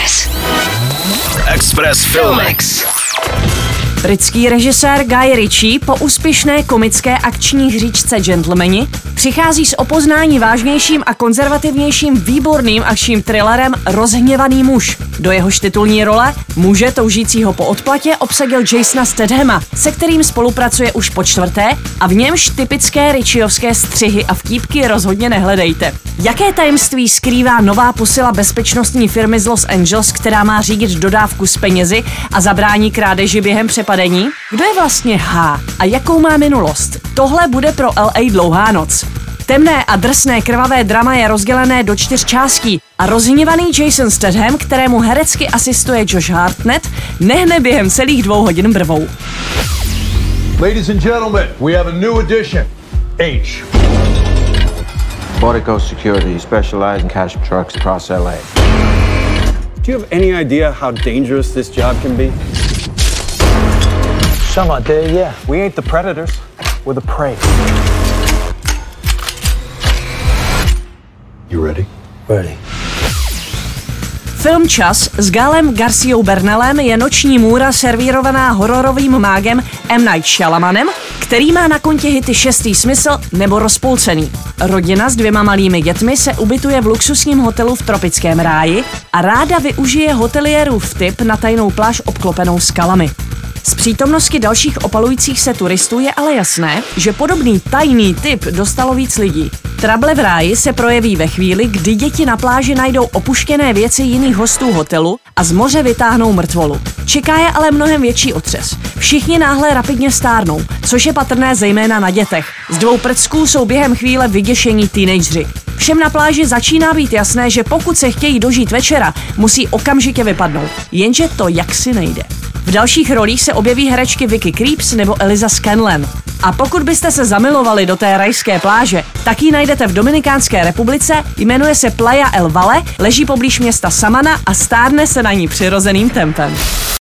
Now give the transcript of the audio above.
Express Filmex. Britský režisér Guy Ritchie po úspěšné komické akční hříčce Gentlemani přichází s o poznání vážnějším a konzervativnějším výborným akčním thrillerem Rozhněvaný muž. Do jehož titulní role muže toužícího po odplatě obsadil Jasona Stathama, se kterým spolupracuje už po čtvrté a v němž typické Ritchiovské střihy a vtípky rozhodně nehledejte. Jaké tajemství skrývá nová posila bezpečnostní firmy z Los Angeles, která má řídit dodávku s penězi a zabrání krádeži během přepadení? Kdo je vlastně H a jakou má minulost? Tohle bude pro LA dlouhá noc. Temné a drsné krvavé drama je rozdělené do 4 částí a rozhněvaný Jason Statham, kterému herecky asistuje Josh Hartnett, nehne během celých 2 hodin brvou. Ladies and gentlemen, we have a new addition. H. Portico Security, specialized in cash trucks across LA. Do you have any idea how dangerous this job can be? Some idea, yeah. We ain't the predators, we're the prey. You ready? Ready. Film Čas s Galem Garciou Bernalem je noční můra servírovaná hororovým mágem M. Night Shyamanem, který má na kontě hity Šestý smysl nebo Rozpolcený. Rodina s 2 malými dětmi se ubytuje v luxusním hotelu v tropickém ráji a ráda využije hoteliérův tip na tajnou pláž obklopenou skalami. Z přítomnosti dalších opalujících se turistů je ale jasné, že podobný tajný tip dostalo víc lidí. Trable v ráji se projeví ve chvíli, kdy děti na pláži najdou opuštěné věci jiných hostů hotelu a z moře vytáhnou mrtvolu. Čeká je ale mnohem větší otřes. Všichni náhle rapidně stárnou, což je patrné zejména na dětech. Z 2 prcků jsou během chvíle vyděšení teenageři. Všem na pláži začíná být jasné, že pokud se chtějí dožít večera, musí okamžitě vypadnout. Jenže to jaksi nejde. V dalších rolích se objeví herečky Vicky Krieps nebo Eliza Scanlon. A pokud byste se zamilovali do té rajské pláže, tak ji najdete v Dominikánské republice, jmenuje se Playa El Valle, leží poblíž města Samana a stárne se na ní přirozeným tempem.